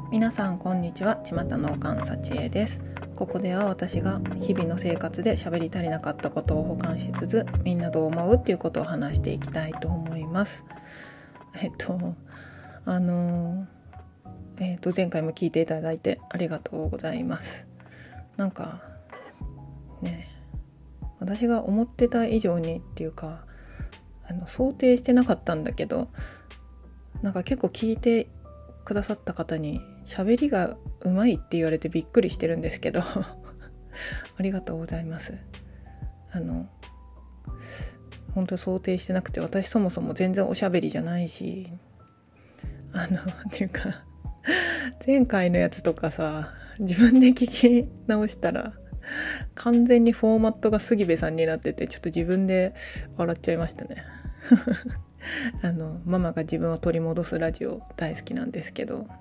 皆さんこんにちは。ちまたのおかんさちえです。ここでは私が日々の生活で喋り足りなかったことを補完しつつ、みんなどう思うっていうことを話していきたいと思います。前回も聞いていただいてありがとうございます。なんかね、私が思ってた以上にっていうか、想定してなかったんだけど、なんか結構聞いてくださった方に喋りがうまいって言われてびっくりしてるんですけどありがとうございます。本当想定してなくて、私そもそも全然おしゃべりじゃないし、っていうか前回のやつとかさ、自分で聞き直したら完全にフォーマットが杉部さんになってて、ちょっと自分で笑っちゃいましたねママが自分を取り戻すラジオ大好きなんですけど、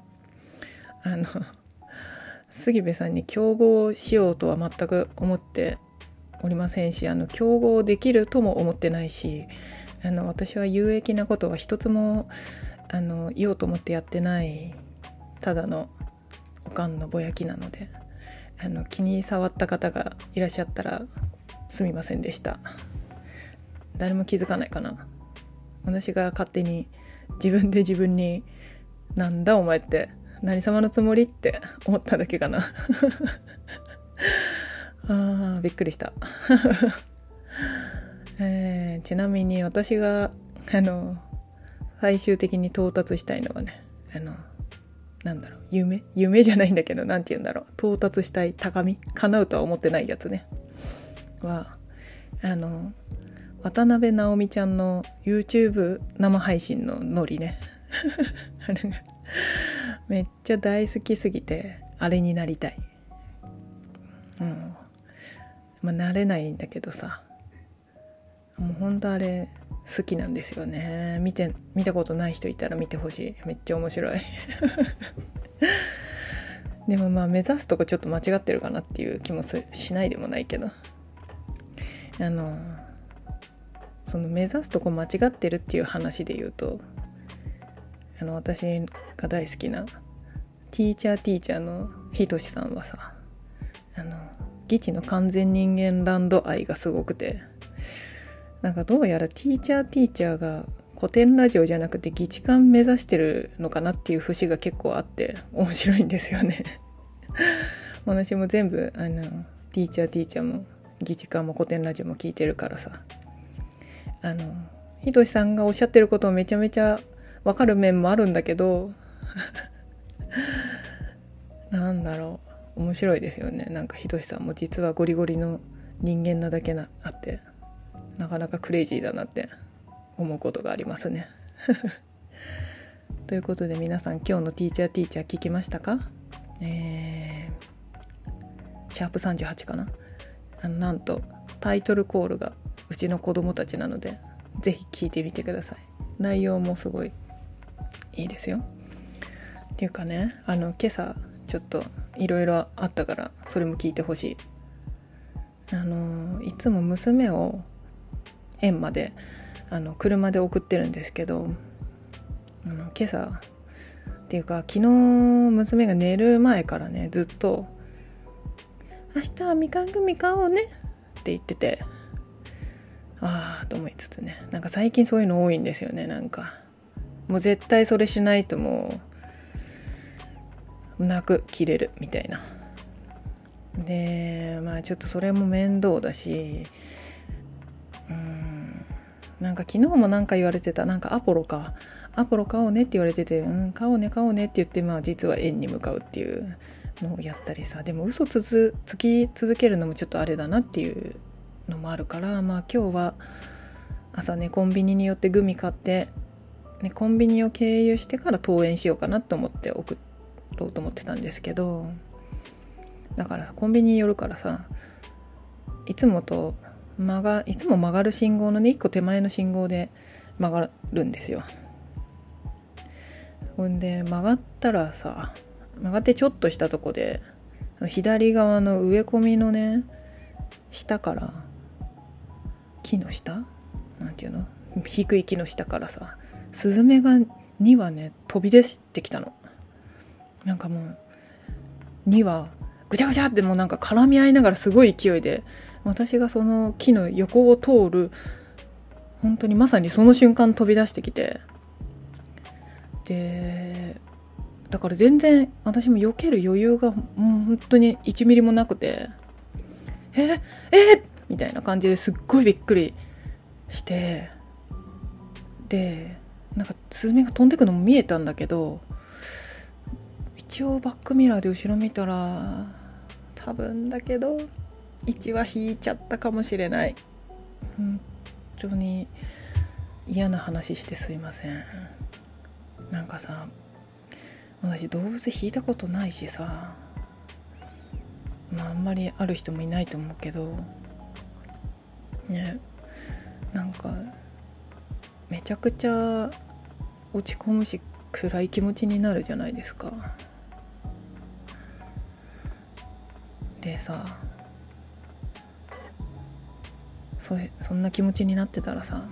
杉部さんに競合しようとは全く思っておりませんし、競合できるとも思ってないし、私は有益なことは一つも言おうと思ってやってない、ただのおかんのぼやきなので、気に障った方がいらっしゃったらすみませんでした。誰も気づかないかな。私が勝手に自分で自分に、なんだお前って何様のつもりって思っただけかなびっくりしたちなみに私が最終的に到達したいのはね、夢じゃないんだけど、なんて言うんだろう、到達したい高み、叶うとは思ってないやつねは、渡辺直美ちゃんの YouTube 生配信のノリねあれがめっちゃ大好きすぎて、あれになりたい。なれないんだけどさ、もうほんとあれ好きなんですよね。見たことない人いたら見てほしい。めっちゃ面白いでも目指すとこちょっと間違ってるかなっていう気もしないでもないけど、その目指すとこ間違ってるっていう話で言うと、私が大好きなティーチャーのひとしさんはさ、ギチの完全人間ランド愛がすごくて、なんかどうやらティーチャーが古典ラジオじゃなくてギチ感目指してるのかなっていう節が結構あって面白いんですよね私も全部ティーチャーもギチ感も古典ラジオも聞いてるからさ、ひとしさんがおっしゃってることをめちゃめちゃわかる面もあるんだけどなんだろう、面白いですよね。なんかひとしさんも実はゴリゴリの人間なだけあって、なかなかクレイジーだなって思うことがありますねということで皆さん、今日のティーチャー聞きましたか？シャープ38かな。なんとタイトルコールがうちの子供たちなので、ぜひ聞いてみてください。内容もすごいいいですよ。っていうかね、今朝ちょっといろいろあったから、それも聞いてほしい。いつも娘を園まで車で送ってるんですけど、今朝っていうか昨日、娘が寝る前からね、ずっと明日はみかんグミ買おうねって言ってて、と思いつつね、なんか最近そういうの多いんですよね。なんかもう絶対それしないともう泣く、切れるみたいな。でちょっとそれも面倒だし、なんか昨日もなんか言われてた、なんかアポロ買おうねって言われてて、買おうねって言って、実は園に向かうっていうのをやったりさ、でも嘘つき続けるのもちょっとあれだなっていうのもあるから、今日は朝ね、コンビニに寄ってグミ買って、ね、コンビニを経由してから登園しようかなと思って送ろうと思ってたんですけど、だからコンビニに寄るからさ、いつも曲がる信号のね、1個手前の信号で曲がるんですよ。ほんで曲がってちょっとしたとこで、左側の植え込みのね、下から、木の下、なんていうの、低い木の下からさ、スズメが2羽ね飛び出してきたの。 なんかもう2羽ぐちゃぐちゃってもうなんか絡み合いながらすごい勢いで、私がその木の横を通る本当にまさにその瞬間飛び出してきて、でだから全然私も避ける余裕がもう本当に1ミリもなくて、みたいな感じですっごいびっくりして、でなんかスズメが飛んでくのも見えたんだけど、一応バックミラーで後ろ見たら多分だけど1羽引いちゃったかもしれない。本当に嫌な話してすいません。なんかさ、私動物引いたことないしさ、あんまりある人もいないと思うけどね、なんかめちゃくちゃ落ち込むし暗い気持ちになるじゃないですか。でさ、そんな気持ちになってたらさ、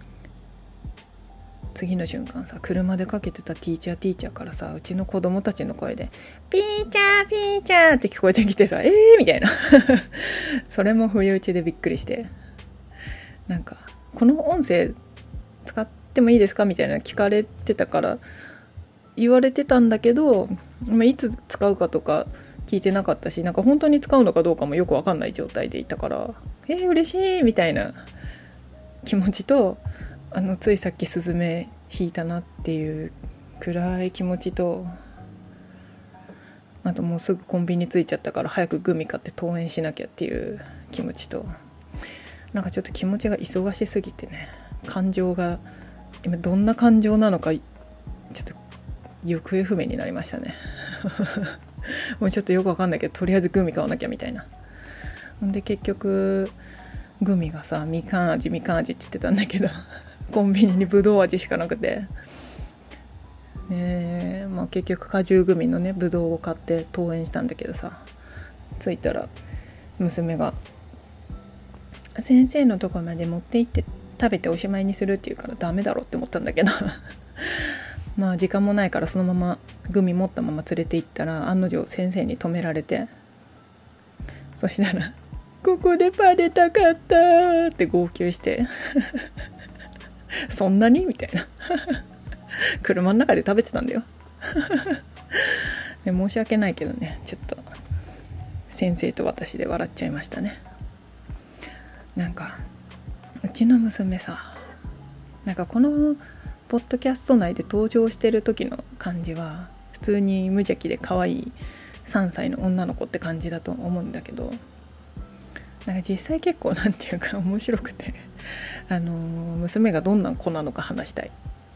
次の瞬間さ、車でかけてたティーチャーからさ、うちの子供たちの声でピーチャーピーチャーって聞こえてきてさ、みたいなそれも不意打ちでびっくりして、なんかこの音声使ってもいいですかみたいな聞かれてたから言われてたんだけど、いつ使うかとか聞いてなかったし、なんか本当に使うのかどうかもよく分かんない状態でいたから、嬉しいみたいな気持ちと、ついさっきスズメ引いたなっていう暗い気持ちと、あともうすぐコンビニ着いちゃったから早くグミ買って登園しなきゃっていう気持ちと、なんかちょっと気持ちが忙しすぎてね、感情が今どんな感情なのかちょっと行方不明になりましたねもうちょっとよくわかんないけど、とりあえずグミ買わなきゃみたいな。で結局グミがさ、みかん味って言ってたんだけどコンビニにぶどう味しかなくて、結局果汁グミのねぶどうを買って登園したんだけどさ、着いたら娘が先生のとこまで持って行って食べておしまいにするって言うからダメだろって思ったんだけど時間もないからそのままグミ持ったまま連れて行ったら、案の定先生に止められて、そしたらここでパレたかったって号泣してそんなにみたいな車の中で食べてたんだよで申し訳ないけどね、ちょっと先生と私で笑っちゃいましたね。なんかうちの娘さ、なんかこのポッドキャスト内で登場してる時の感じは普通に無邪気で可愛い3歳の女の子って感じだと思うんだけど、なんか実際結構なんていうか面白くて、娘がどんな子なのか話したい。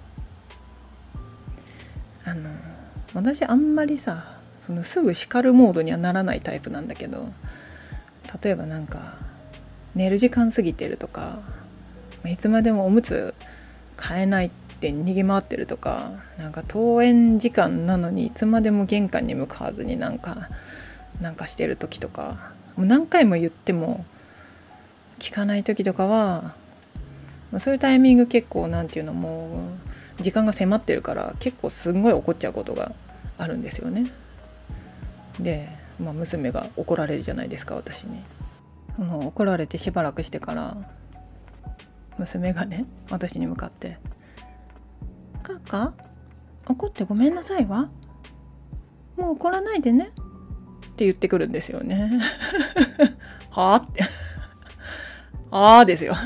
私あんまりさ、すぐ叱るモードにはならないタイプなんだけど、例えばなんか寝る時間過ぎてるとか、いつまでもおむつ買えないって逃げ回ってるとか、なんか登園時間なのにいつまでも玄関に向かわずになんかしてる時とか、もう何回も言っても聞かない時とかは、そういうタイミング結構なんていうの、もう時間が迫ってるから結構すんごい怒っちゃうことがあるんですよね。で、娘が怒られるじゃないですか、私に。怒られてしばらくしてから娘がね、私に向かってカーカ怒ってごめんなさいわ、もう怒らないでねって言ってくるんですよねはあってあーですよ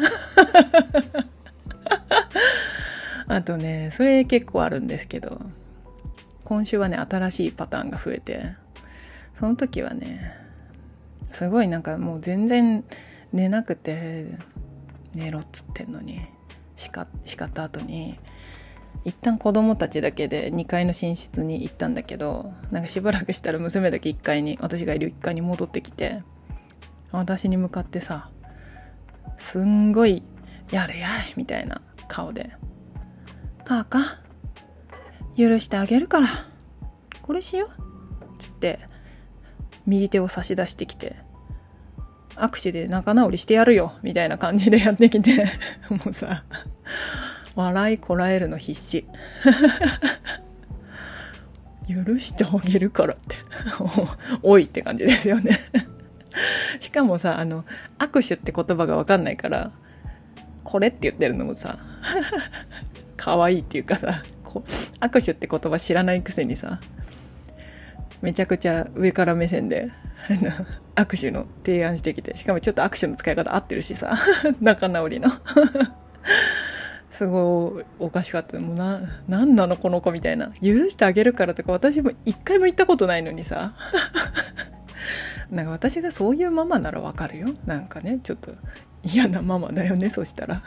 あとね、それ結構あるんですけど、今週はね新しいパターンが増えて、その時はねすごいなんかもう全然寝なくて、寝ろっつってんのに叱った後に一旦子供たちだけで2階の寝室に行ったんだけど、なんかしばらくしたら娘だけ1階に、私がいる1階に戻ってきて、私に向かってさ、すんごいやれやれみたいな顔で、カーカ許してあげるからこれしようつって右手を差し出してきて、握手で仲直りしてやるよみたいな感じでやってきてもうさ、笑いこらえるの必死許してあげるからっておいって感じですよねしかもさ握手って言葉が分かんないからこれって言ってるのもさ可愛いっていうかさ握手って言葉知らないくせにさめちゃくちゃ上から目線で握手の提案してきて、しかもちょっと握手の使い方合ってるしさ仲直りのすごいおかしかった。もうなんなのこの子みたいな。許してあげるからとか私も一回も言ったことないのにさなんか私がそういうママならわかるよ。なんかねちょっと嫌なママだよねそしたら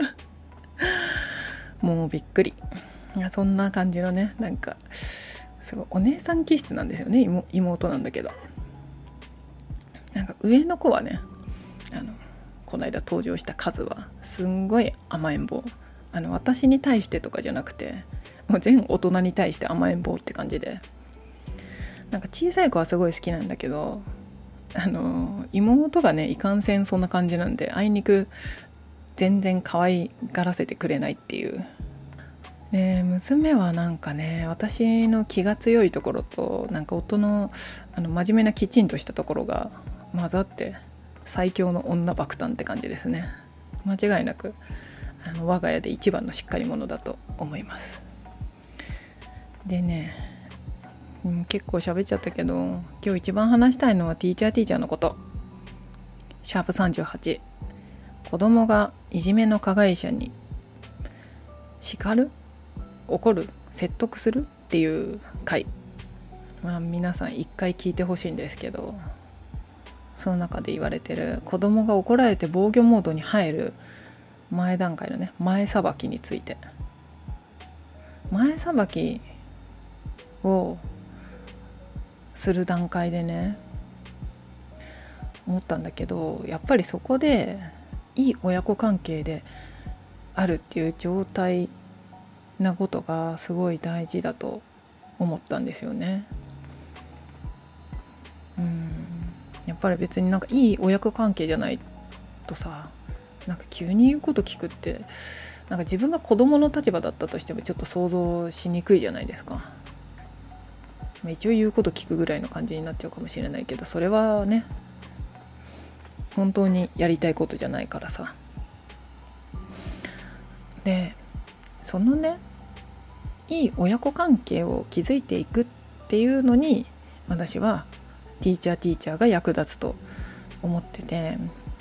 もうびっくり。そんな感じのね、なんかすごいお姉さん気質なんですよね。妹なんだけど、なんか上の子はね、この間登場したカズはすんごい甘えん坊。私に対してとかじゃなくて、もう全大人に対して甘えん坊って感じで、なんか小さい子はすごい好きなんだけど、妹がねいかんせんそんな感じなんで、あいにく全然可愛がらせてくれないっていう。で娘はなんかね、私の気が強いところとなんか夫の真面目なきちんとしたところが混ざって最強の女爆誕って感じですね。間違いなく我が家で一番のしっかり者だと思います。でね、結構喋っちゃったけど、今日一番話したいのはティーチャーのこと。シャープ38、子供がいじめの加害者に叱る、怒る、説得するっていう回、皆さん一回聞いてほしいんですけど、その中で言われてる子供が怒られて防御モードに入る前段階のね、前さばきについて。前さばきをする段階でね思ったんだけど、やっぱりそこでいい親子関係であるっていう状態なことがすごい大事だと思ったんですよね。やっぱり別になんかいい親子関係じゃないとさ、なんか急に言うこと聞くって、なんか自分が子供の立場だったとしてもちょっと想像しにくいじゃないですか。一応言うこと聞くぐらいの感じになっちゃうかもしれないけど、それはね本当にやりたいことじゃないからさ。でそのね、いい親子関係を築いていくっていうのに私はティーチャーが役立つと思ってて、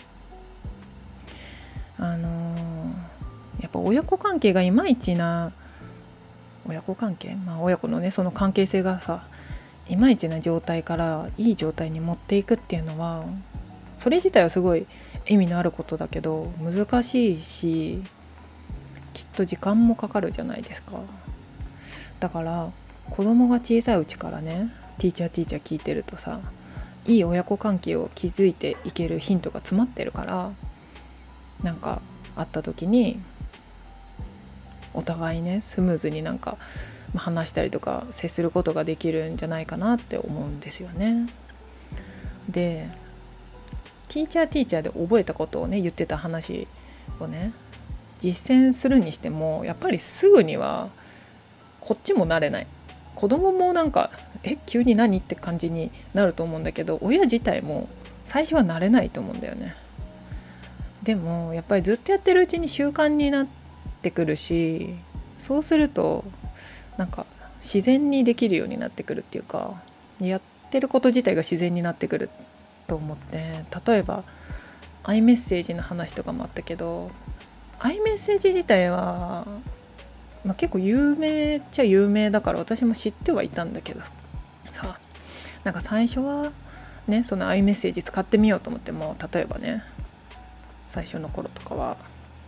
やっぱ親子関係がいまいちな親子関係、親子のねその関係性がさいまいちな状態からいい状態に持っていくっていうのは、それ自体はすごい意味のあることだけど難しいし、きっと時間もかかるじゃないですか。だから子供が小さいうちからねティーチャー聞いてるとさ、いい親子関係を築いていけるヒントが詰まってるから、なんかあった時にお互いねスムーズになんか話したりとか接することができるんじゃないかなって思うんですよね。でティーチャーで覚えたことをね言ってた話をね実践するにしても、やっぱりすぐにはこっちも慣れない。子供もなんか急に何って感じになると思うんだけど、親自体も最初は慣れないと思うんだよね。でもやっぱりずっとやってるうちに習慣になってくるし、そうするとなんか自然にできるようになってくるっていうか、やってること自体が自然になってくると思って、例えばアイメッセージの話とかもあったけど、アイメッセージ自体は、結構有名っちゃ有名だから私も知ってはいたんだけどさ、なんか最初はねそのアイメッセージ使ってみようと思っても、例えばね最初の頃とかは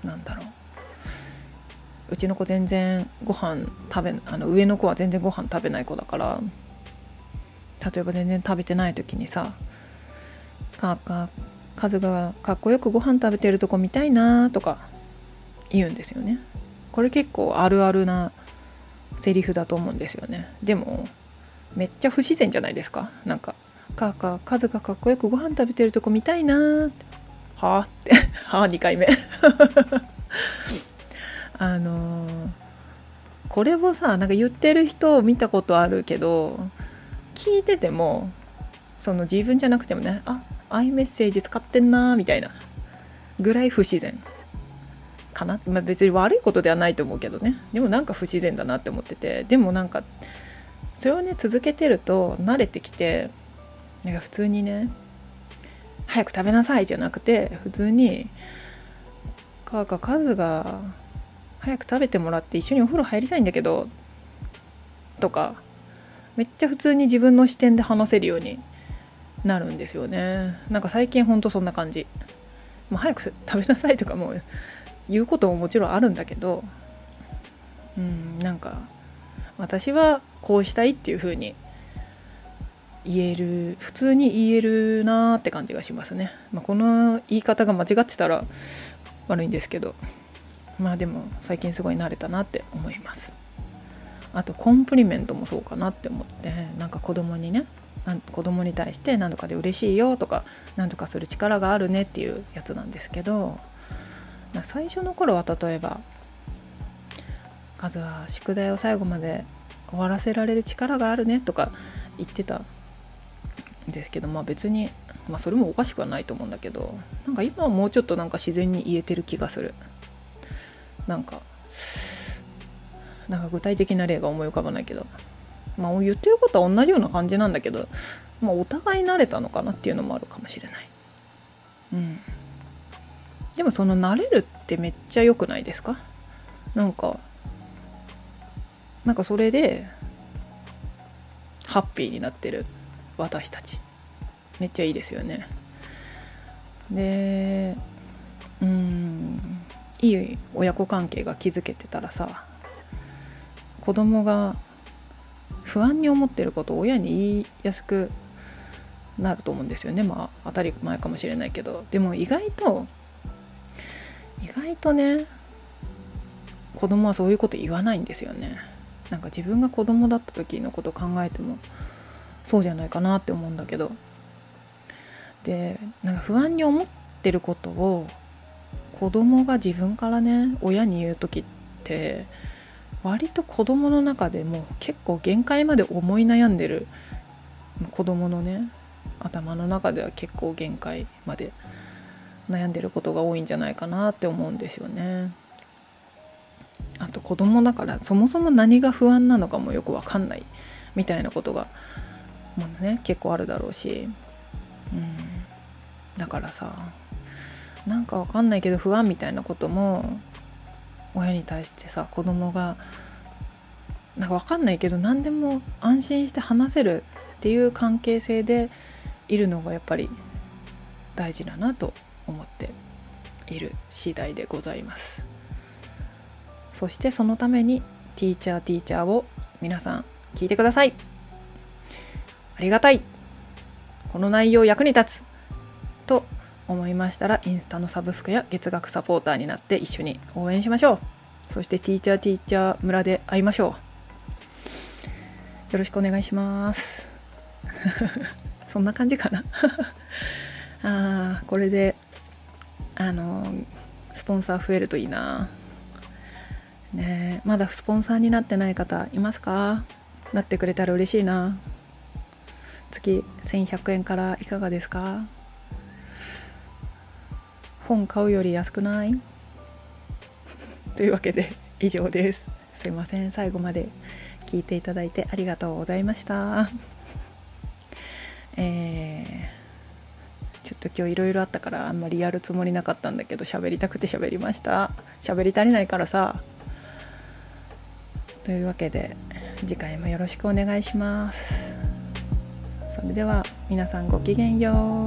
うちの子全然ご飯上の子は全然ご飯食べない子だから、例えば全然食べてない時にさ、カズがかっこよくご飯食べてるとこ見たいなとか言うんですよね。これ結構あるあるなセリフだと思うんですよね。でもめっちゃ不自然じゃないですか。なんかカズがかっこよくご飯食べてるとこ見たいなって、はぁって2回目子これをさなんか言ってる人を見たことあるけど、聞いててもその自分じゃなくてもね、iMessage 使ってんなみたいなぐらい不自然かな、別に悪いことではないと思うけどね、でもなんか不自然だなって思ってて、でもなんかそれをね続けてると慣れてきて、なんか普通にね早く食べなさいじゃなくて、普通にカズが早く食べてもらって一緒にお風呂入りたいんだけどとか、めっちゃ普通に自分の視点で話せるようになるんですよね。なんか最近ほんとそんな感じ、早く食べなさいとかも言うことももちろんあるんだけど、なんか私はこうしたいっていう風に普通に言えるなーって感じがしますね。この言い方が間違ってたら悪いんですけど、でも最近すごい慣れたなって思います。あとコンプリメントもそうかなって思って、なんか子供に対して何とかで嬉しいよとか何とかする力があるねっていうやつなんですけど、最初の頃は例えばカズは宿題を最後まで終わらせられる力があるねとか言ってたんですけど、別に、それもおかしくはないと思うんだけど、なんか今はもうちょっとなんか自然に言えてる気がする。なんか具体的な例が思い浮かばないけど、言ってることは同じような感じなんだけど、お互い慣れたのかなっていうのもあるかもしれない。でもその慣れるってめっちゃ良くないですか？なんかそれでハッピーになってる私たちめっちゃいいですよね。でいい親子関係が築けてたらさ、子供が不安に思ってることを親に言いやすくなると思うんですよね。当たり前かもしれないけど、でも意外とね子供はそういうこと言わないんですよね。なんか自分が子供だった時のことを考えてもそうじゃないかなって思うんだけど、でなんか不安に思ってることを子供が自分からね親に言う時って割と子供の中でも結構限界まで思い悩んでる、子供のね頭の中では結構限界まで悩んでることが多いんじゃないかなって思うんですよね。あと子供だからそもそも何が不安なのかもよく分かんないみたいなことが結構あるだろうし、だからさなんか分かんないけど不安みたいなことも親に対してさ、子供がなんか分かんないけど何でも安心して話せるっていう関係性でいるのがやっぱり大事だなと思っている次第でございます。そしてそのためにティーチャーを皆さん聞いてください。ありがたい、この内容役に立つと思いましたら、インスタのサブスクや月額サポーターになって一緒に応援しましょう。そしてティーチャー村で会いましょう。よろしくお願いしますそんな感じかなこれでスポンサー増えるといいなね。まだスポンサーになってない方いますか？なってくれたら嬉しいな。月1100円からいかがですか？本買うより安くないというわけで以上です。すいません、最後まで聞いていただいてありがとうございましたちょっと今日いろいろあったからあんまりやるつもりなかったんだけど、喋りたくて喋りました。喋り足りないからさ。というわけで次回もよろしくお願いします。それでは皆さんごきげんよう。